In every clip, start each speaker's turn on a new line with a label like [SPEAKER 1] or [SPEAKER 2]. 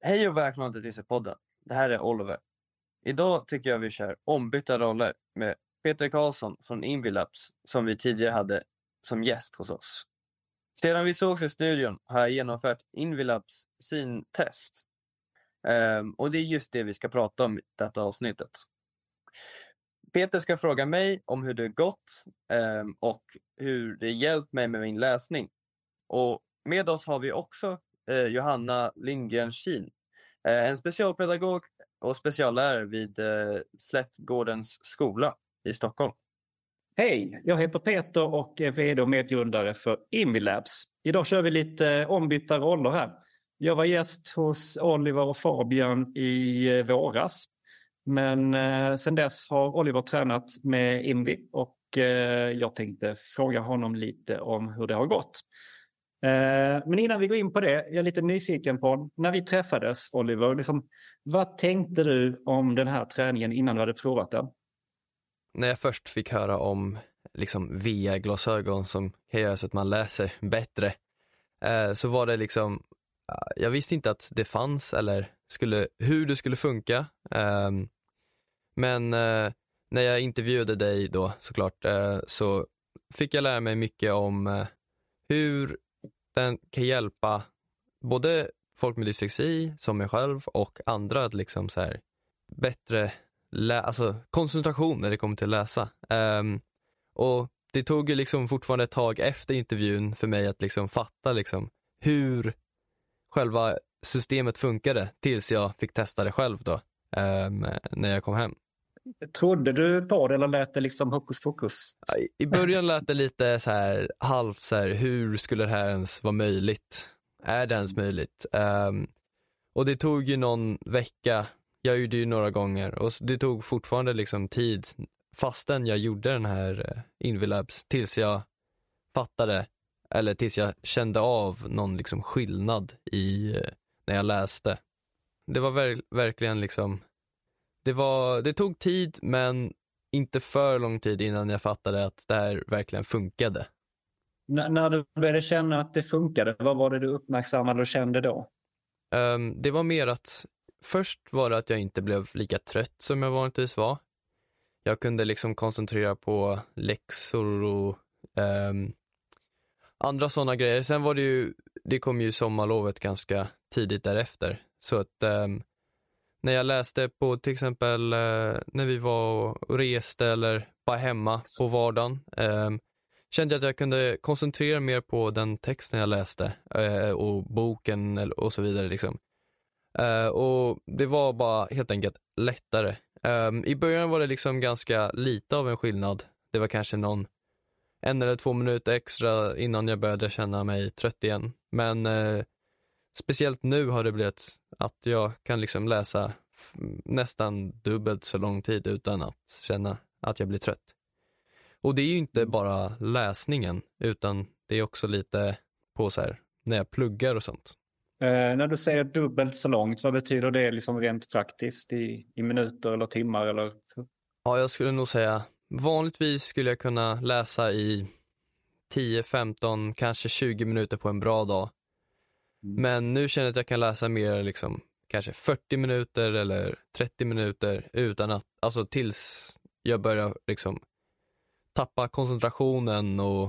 [SPEAKER 1] Hej och välkomna till TC-podden. Det här är Oliver. Idag tycker jag vi kör ombytta roller med Peter Karlsson från Invilabs som vi tidigare hade som gäst hos oss. Sedan vi sågs i studion har jag genomfört Invilabs syntest. Och det är just det vi ska prata om i detta avsnittet. Peter ska fråga mig om hur det gått och hur det hjälpt mig med min läsning. Och med oss har vi också Johanna Lindgren-Kin, en specialpedagog och speciallärare vid Slättgårdens skola i Stockholm.
[SPEAKER 2] Hej, jag heter Peter och är vd och medgrundare för Invilabs. Idag kör vi lite ombytta roller här. Jag var gäst hos Oliver och Fabian i våras. Men sen dess har Oliver tränat med Invi och jag tänkte fråga honom lite om hur det har gått. Men innan vi går in på det, jag är lite nyfiken på, när vi träffades Oliver, vad tänkte du om den här träningen innan du hade provat den?
[SPEAKER 3] När jag först fick höra om VR-glasögon som kan göra så att man läser bättre, så var det jag visste inte att det fanns eller hur det skulle funka. Men när jag intervjuade dig då såklart, så fick jag lära mig mycket om hur den kan hjälpa både folk med dyslexi som mig själv och andra att bättre koncentration när det kommer till att läsa. Och det tog ju fortfarande ett tag efter intervjun för mig att fatta hur själva systemet funkade tills jag fick testa det själv då när jag kom hem.
[SPEAKER 2] Trodde du på det eller lät det hokus pokus?
[SPEAKER 3] I början lät det lite halvt hur skulle det här ens vara möjligt? Är det ens möjligt? Och det tog ju någon vecka. Jag gjorde ju några gånger och det tog fortfarande tid fastän jag gjorde den här Invilabs tills jag fattade eller tills jag kände av någon skillnad i när jag läste. Det var verkligen det tog tid men inte för lång tid innan jag fattade att det här verkligen funkade.
[SPEAKER 2] När du började känna att det funkade, vad var det du uppmärksammade och kände då?
[SPEAKER 3] Det var mer att först var det att jag inte blev lika trött som jag vanligtvis var. Jag kunde koncentrera på läxor och andra sådana grejer. Sen var det kom ju sommarlovet ganska tidigt därefter. Så att när jag läste på till exempel när vi var och reste eller bara hemma på vardagen, kände jag att jag kunde koncentrera mer på den texten jag läste och boken och så vidare och det var bara helt enkelt lättare. I början var det ganska lite av en skillnad. Det var kanske 1 eller 2 minuter extra innan jag började känna mig trött igen. Men speciellt nu har det blivit att jag kan läsa nästan dubbelt så lång tid utan att känna att jag blir trött. Och det är ju inte bara läsningen utan det är också lite på när jag pluggar och sånt.
[SPEAKER 2] När du säger dubbelt så långt, vad betyder det rent praktiskt i minuter eller timmar? Eller?
[SPEAKER 3] Ja, jag skulle nog säga vanligtvis skulle jag kunna läsa i 10, 15, kanske 20 minuter på en bra dag. Men nu känner jag att jag kan läsa mer kanske 40 minuter eller 30 minuter utan att, tills jag börjar tappa koncentrationen och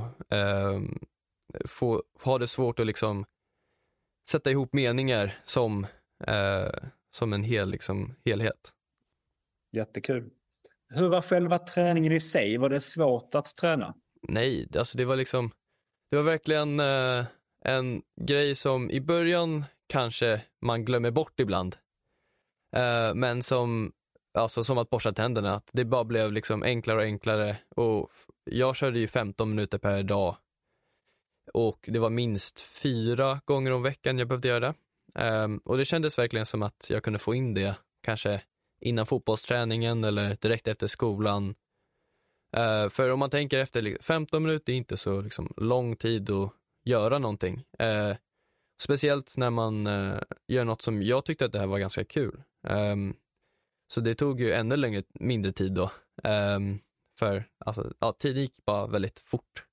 [SPEAKER 3] ha det svårt att sätta ihop meningar som en helhet.
[SPEAKER 2] Jättekul. Hur var själva träningen i sig? Var det svårt att träna?
[SPEAKER 3] Nej, det var verkligen en grej som i början kanske man glömmer bort ibland. Men som att borsta tänderna, att det bara blev enklare och enklare. Och jag körde ju 15 minuter per dag. Och det var minst 4 gånger om veckan jag behövde göra det. Och det kändes verkligen som att jag kunde få in det kanske innan fotbollsträningen eller direkt efter skolan. För om man tänker efter 15 minuter är inte så lång tid att göra någonting. Speciellt när man gör något som jag tyckte att det här var ganska kul. Så det tog ju ännu mindre tid då. För tiden gick bara väldigt fort.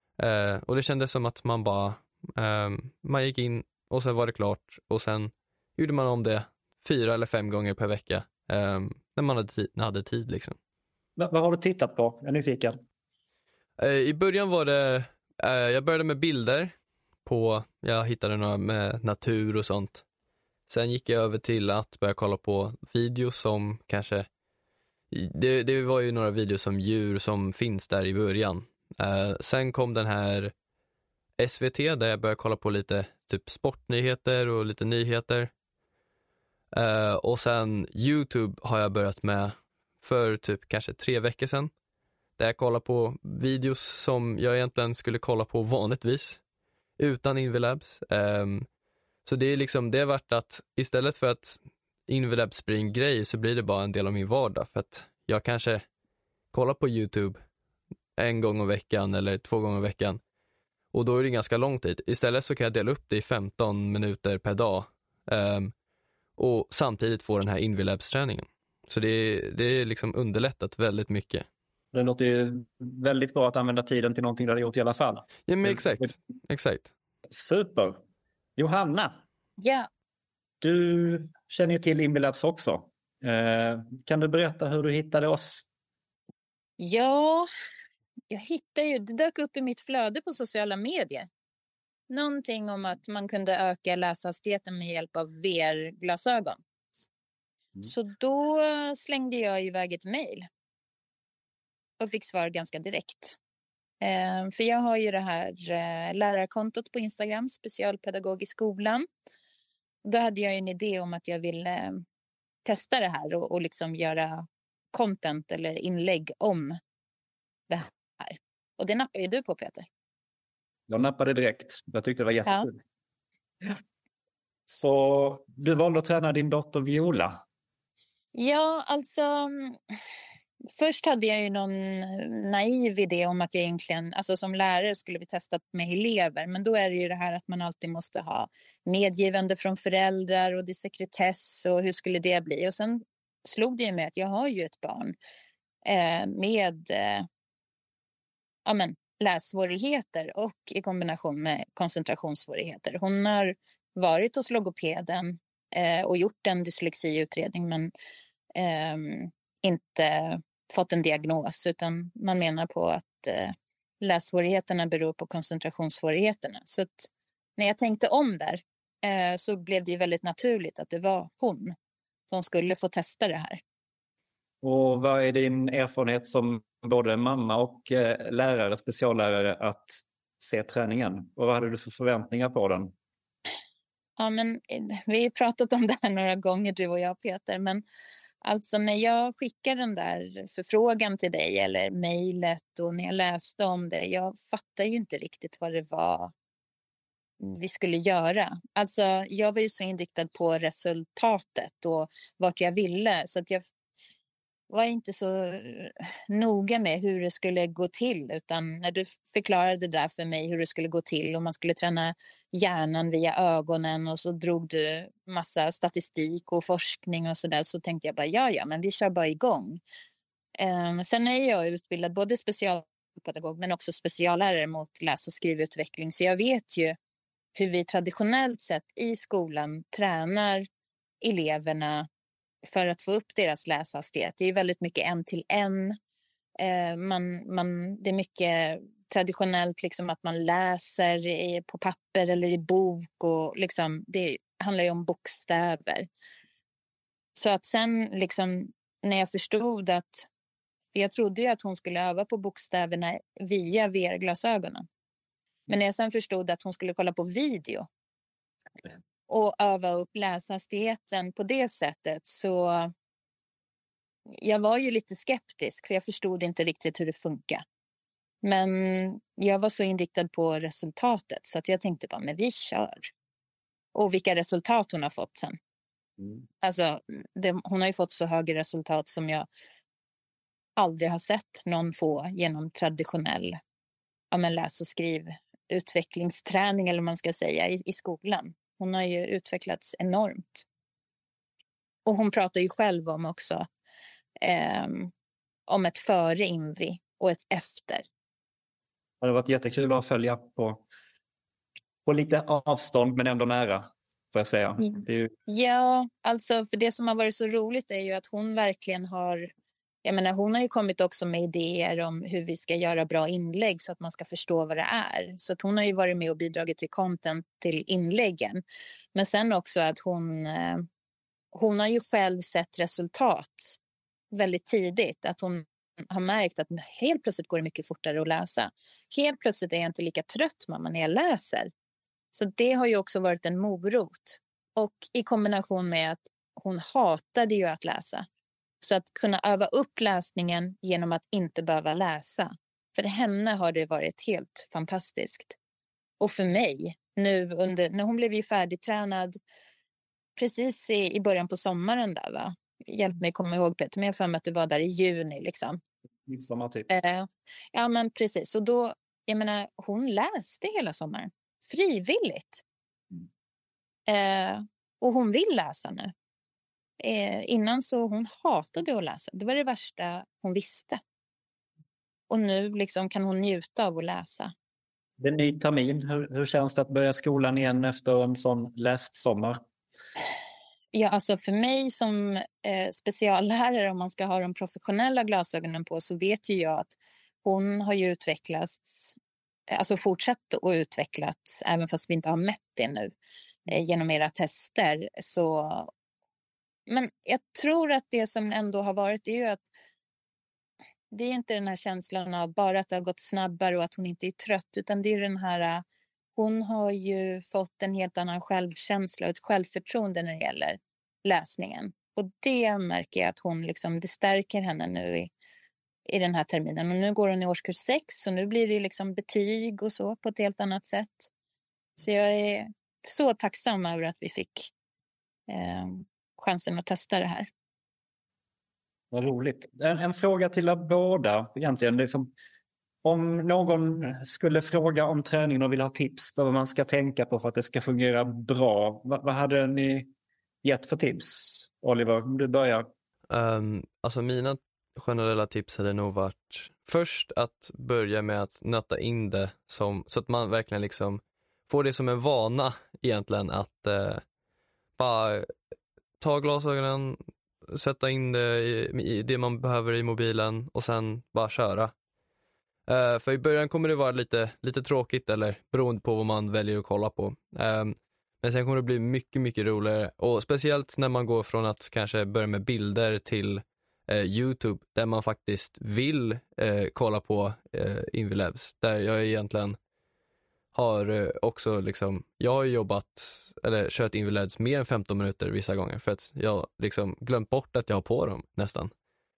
[SPEAKER 3] Och det kändes som att man gick in och sen var det klart. Och sen gjorde man om det 4 eller 5 gånger per vecka när man hade tid liksom.
[SPEAKER 2] Vad har du tittat på? Jag är nyfiken.
[SPEAKER 3] I början var det, jag började med bilder jag hittade några med natur och sånt. Sen gick jag över till att börja kolla på videos som kanske, det var ju några videos som djur som finns där i början. Sen kom den här SVT där jag började kolla på lite typ sportnyheter och lite nyheter. Och sen YouTube har jag börjat med för typ kanske 3 veckor sedan. Där jag kollar på videos som jag egentligen skulle kolla på vanligtvis utan InVLabs. Så det är liksom, det har varit att istället för att InVLabs blir en grej så blir det bara en del av min vardag. För att jag kanske kollar på YouTube 1 gång i veckan eller 2 gånger i veckan. Och då är det ganska lång tid. Istället så kan jag dela upp det i 15 minuter per dag. Och samtidigt få den här InVLabs-träningen. Så det är liksom underlättat väldigt mycket.
[SPEAKER 2] Det låter ju väldigt bra att använda tiden till någonting du har gjort i alla fall.
[SPEAKER 3] Ja, men exakt.
[SPEAKER 2] Super. Johanna.
[SPEAKER 4] Ja.
[SPEAKER 2] Du känner ju till InVLabs också. Kan du berätta hur du hittade oss?
[SPEAKER 4] Ja, det dök upp i mitt flöde på sociala medier. Någonting om att man kunde öka läshastigheten med hjälp av VR-glasögon. Så då slängde jag iväg ett mejl. Och fick svar ganska direkt. För jag har ju det här lärarkontot på Instagram, specialpedagog i skolan. Då hade jag en idé om att jag ville testa det här och liksom göra content eller inlägg om det här. Och det nappade ju du på, Peter.
[SPEAKER 2] Jag nappade direkt. Jag tyckte det var jättekul. Ja. Så du valde att träna din dotter Viola?
[SPEAKER 4] Ja, alltså... Först hade jag ju någon naiv idé om att jag egentligen, alltså som lärare skulle vi testa med elever. Men då är det ju det här att man alltid måste ha medgivande från föräldrar och det är sekretess och hur skulle det bli. Och sen slog det ju med att jag har ju ett barn med lässvårigheter och i kombination med koncentrationssvårigheter. Hon har varit hos logopeden och gjort en dyslexiutredning men inte fått en diagnos, utan man menar på att lässvårigheterna beror på koncentrationssvårigheterna. Så att när jag tänkte om där så blev det ju väldigt naturligt att det var hon som skulle få testa det här.
[SPEAKER 2] Och vad är din erfarenhet som både mamma och lärare, speciallärare, att se träningen? Och vad hade du för förväntningar på den?
[SPEAKER 4] Ja, men vi har ju pratat om det här några gånger, du och jag, Peter, men alltså när jag skickade den där förfrågan till dig eller mejlet och när jag läste om det, jag fattar ju inte riktigt vad det var vi skulle göra. Alltså jag var ju så inriktad på resultatet och vart jag ville, så att jag var inte så noga med hur det skulle gå till, utan när du förklarade där för mig hur det skulle gå till och man skulle träna hjärnan via ögonen och så drog du massa statistik och forskning och sådär, så tänkte jag bara ja, men vi kör bara igång. Sen är jag utbildad både specialpedagog men också speciallärare mot läs- och skrivutveckling, så jag vet ju hur vi traditionellt sett i skolan tränar eleverna för att få upp deras läshastighet. Det är väldigt mycket 1-till-1. Det är mycket traditionellt liksom att man läser på papper eller i bok och liksom, det handlar ju om bokstäver. Så att sen liksom när jag förstod att, för jag trodde ju att hon skulle öva på bokstäverna via VR-glasögonen. Men när jag sen förstod att hon skulle kolla på video och öva upp läshastigheten på det sättet, så jag var ju lite skeptisk för jag förstod inte riktigt hur det funkar. Men jag var så inriktad på resultatet så att jag tänkte bara, men vi kör. Och vilka resultat hon har fått sen. Alltså hon har ju fått så höga resultat som jag aldrig har sett någon få genom traditionell läs- och skrivutvecklingsträning eller man ska säga i skolan. Hon har ju utvecklats enormt. Och hon pratar ju själv om också om ett före INVI och ett efter.
[SPEAKER 2] Det har varit jättekul att följa på lite avstånd men ändå nära. får jag säga.
[SPEAKER 4] Mm.
[SPEAKER 2] Det är ju...
[SPEAKER 4] Ja, alltså för det som har varit så roligt är ju att hon verkligen har, jag menar hon har ju kommit också med idéer om hur vi ska göra bra inlägg så att man ska förstå vad det är. Så att hon har ju varit med och bidragit till content till inläggen. Men sen också att hon har ju själv sett resultat väldigt tidigt. Att hon har märkt att helt plötsligt går det mycket fortare att läsa. Helt plötsligt är jag inte lika trött mamma när jag läser. Så det har ju också varit en morot. Och i kombination med att hon hatade ju att läsa. Så att kunna öva upp läsningen genom att inte behöva läsa. För henne har det varit helt fantastiskt. Och för mig, nu när hon blev ju färdigtränad precis i början på sommaren där va. Hjälp mig komma ihåg Peter, men jag får med att det var där i juni liksom.
[SPEAKER 2] Midsommar typ.
[SPEAKER 4] Ja men precis, och då, jag menar hon läste hela sommaren. Frivilligt. Och hon vill läsa nu. Innan så hon hatade att läsa. Det var det värsta hon visste. Och nu liksom kan hon njuta av att läsa.
[SPEAKER 2] Det är en ny termin. Hur känns det att börja skolan igen efter en sån lässommar?
[SPEAKER 4] Ja, alltså för mig som speciallärare, om man ska ha de professionella glasögonen på, så vet ju jag att hon har ju utvecklats, alltså fortsatt att utvecklas, även fast vi inte har mätt det nu genom era tester. Så, men jag tror att det som ändå har varit är ju att det är inte den här känslan av bara att det har gått snabbare och att hon inte är trött, utan det är den här, hon har ju fått en helt annan självkänsla och ett självförtroende när det gäller läsningen. Och det märker jag att hon liksom, det stärker henne nu i den här terminen. Och nu går hon i årskurs 6 och nu blir det liksom betyg och så på ett helt annat sätt. Så jag är så tacksam över att vi fick chansen att testa det här.
[SPEAKER 2] Vad roligt. En fråga till er båda egentligen. Det är som, om någon skulle fråga om träningen och vill ha tips på vad man ska tänka på för att det ska fungera bra. Vad hade ni gett för tips? Oliver, om du börjar.
[SPEAKER 3] Alltså mina generella tips hade nog varit först att börja med att nöta in det så att man verkligen liksom får det som en vana egentligen att bara ta glasögonen, sätta in det i det man behöver i mobilen och sen bara köra. För i början kommer det vara lite tråkigt eller beroende på vad man väljer att kolla på. Men sen kommer det bli mycket, mycket roligare. Och speciellt när man går från att kanske börja med bilder till YouTube där man faktiskt vill kolla på InViLabs. Där jag egentligen har också liksom, jag har jobbat eller kört InViLabs mer än 15 minuter vissa gånger för att jag liksom glömt bort att jag har på dem nästan.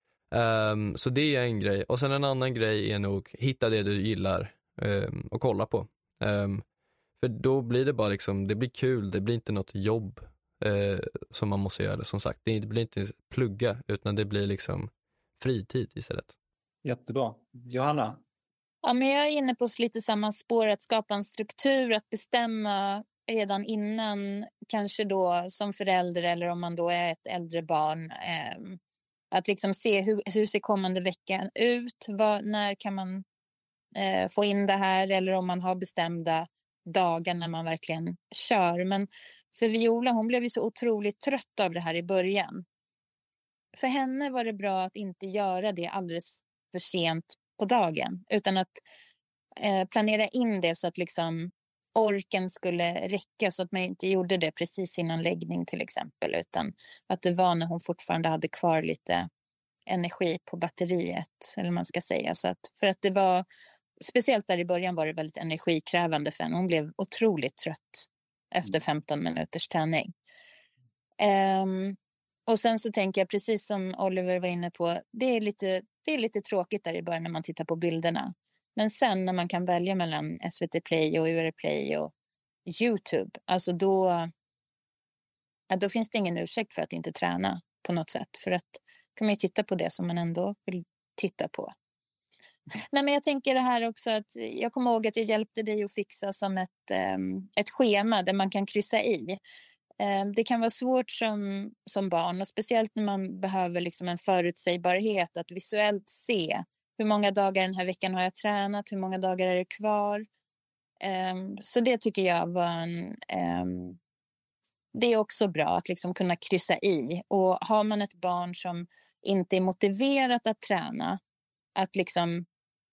[SPEAKER 3] Så det är en grej. Och sen en annan grej är nog hitta det du gillar och kolla på. För då blir det bara liksom, det blir kul, det blir inte något jobb som man måste göra. Som sagt, det blir inte plugga utan det blir liksom fritid istället.
[SPEAKER 2] Jättebra. Johanna?
[SPEAKER 4] Ja, men jag är inne på lite samma spår, att skapa en struktur, att bestämma redan innan, kanske då som förälder eller om man då är ett äldre barn, att liksom se hur ser kommande veckan ut, när kan man få in det här, eller om man har bestämda dagar när man verkligen kör. Men för Viola, hon blev ju så otroligt trött av det här i början. För henne var det bra att inte göra det alldeles för sent på dagen, utan att planera in det så att liksom orken skulle räcka, så att man inte gjorde det precis innan läggning till exempel, utan att det var när hon fortfarande hade kvar lite energi på batteriet, eller man ska säga. Så att, för att det var, speciellt där i början var det väldigt energikrävande för henne. Hon blev otroligt trött efter 15 minuters träning. Och sen så tänker jag, precis som Oliver var inne på, det är lite tråkigt där i början när man tittar på bilderna. Men sen när man kan välja mellan SVT Play och UR Play och YouTube, alltså då finns det ingen ursäkt för att inte träna på något sätt. För att kan man ju titta på det som man ändå vill titta på. Nej, men jag tänker det här också, att jag kommer ihåg att jag hjälpte dig att fixa som ett schema där man kan kryssa i. Det kan vara svårt som barn, och speciellt när man behöver liksom en förutsägbarhet, att visuellt se hur många dagar den här veckan har jag tränat, hur många dagar är det kvar. Så det tycker jag var det är också bra att liksom kunna kryssa i. Och har man ett barn som inte är motiverat att träna, att liksom,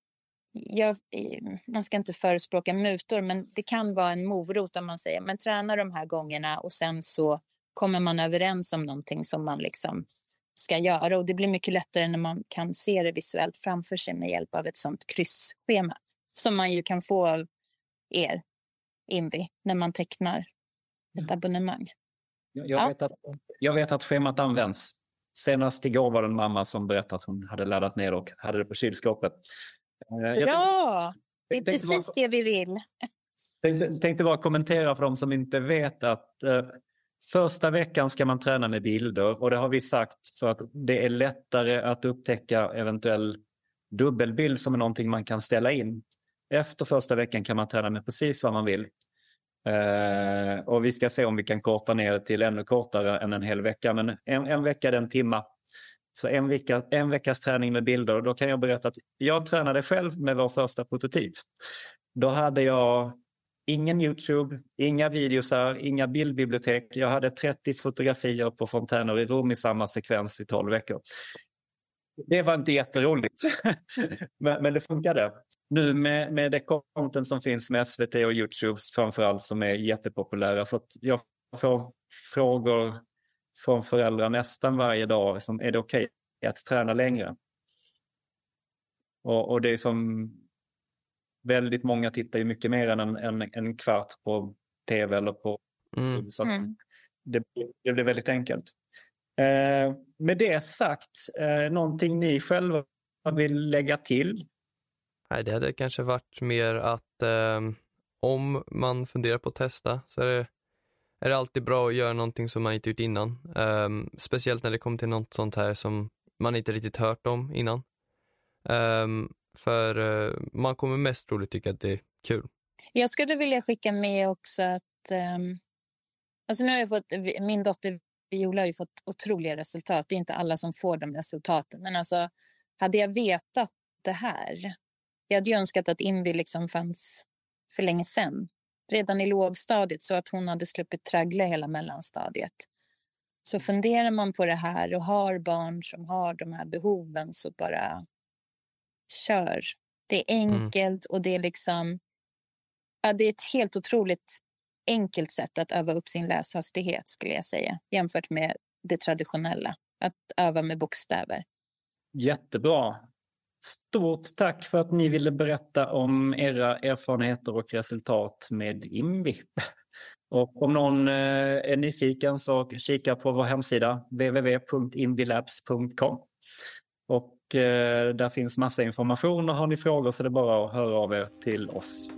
[SPEAKER 4] man ska inte förespråka mutor, men det kan vara en morot om man säger, men träna de här gångerna och sen så kommer man överens om någonting som man liksom ska göra. Och det blir mycket lättare när man kan se det visuellt framför sig med hjälp av ett sånt kryssschema som man ju kan få av er, Invi, när man tecknar ett abonnemang.
[SPEAKER 2] Jag vet att schemat används. Senast igår var det en mamma som berättade att hon hade laddat ner och hade det på kylskåpet.
[SPEAKER 4] Bra! Det är precis det vi vill.
[SPEAKER 2] Tänkte bara kommentera för de som inte vet att första veckan ska man träna med bilder, och det har vi sagt för att det är lättare att upptäcka eventuell dubbelbild som är någonting man kan ställa in. Efter första veckan kan man träna med precis vad man vill. Och vi ska se om vi kan korta ner till ännu kortare än en hel vecka. Men en vecka är en timma. Så en veckas träning med bilder. Och då kan jag berätta att jag tränade själv med vår första prototyp. Då hade jag ingen YouTube, inga videosar, inga bildbibliotek. Jag hade 30 fotografier på fontäner i Rom i samma sekvens i 12 veckor. Det var inte jätteroligt, men det funkade. Nu med det content som finns med SVT och YouTube framförallt som är jättepopulära, så att jag får frågor från föräldrar nästan varje dag som är det okej att träna längre. Och det är som väldigt många tittar ju mycket mer än en kvart på tv eller på så att det blir väldigt enkelt. Med det sagt, någonting ni själva vill lägga till?
[SPEAKER 3] Nej, det hade kanske varit mer att om man funderar på att testa så är det alltid bra att göra någonting som man inte gjort innan. Speciellt när det kommer till något sånt här som man inte riktigt hört om innan. För man kommer mest troligt tycka att det är kul. Jag
[SPEAKER 4] skulle vilja skicka med också att alltså nu har jag fått, min dotter Viola har ju fått otroliga resultat. Det är inte alla som får de resultaten. Men alltså, hade jag vetat det här, jag hade ju önskat att Invi liksom fanns för länge sedan. Redan i lågstadiet, så att hon hade sluppit traggla hela mellanstadiet. Så funderar man på det här och har barn som har de här behoven, så bara kör. Det är enkelt och det är liksom, ja, det är ett helt otroligt enkelt sätt att öva upp sin läshastighet, skulle jag säga, jämfört med det traditionella, att öva med bokstäver.
[SPEAKER 2] Jättebra. Stort tack för att ni ville berätta om era erfarenheter och resultat med Invi. Och om någon är nyfiken så kika på vår hemsida www.invilabs.com. Och där finns massa information, och har ni frågor så är det bara att höra av er till oss.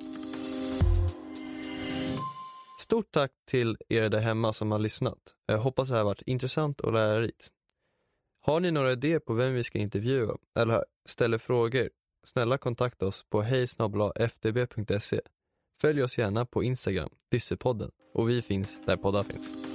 [SPEAKER 3] Stort tack till er där hemma som har lyssnat. Jag hoppas det här har varit intressant och lärorikt. Har ni några idéer på vem vi ska intervjua eller ställer frågor, snälla kontakta oss på hej@ftb.se. Följ oss gärna på Instagram, Dyssepodden, och vi finns där poddar finns.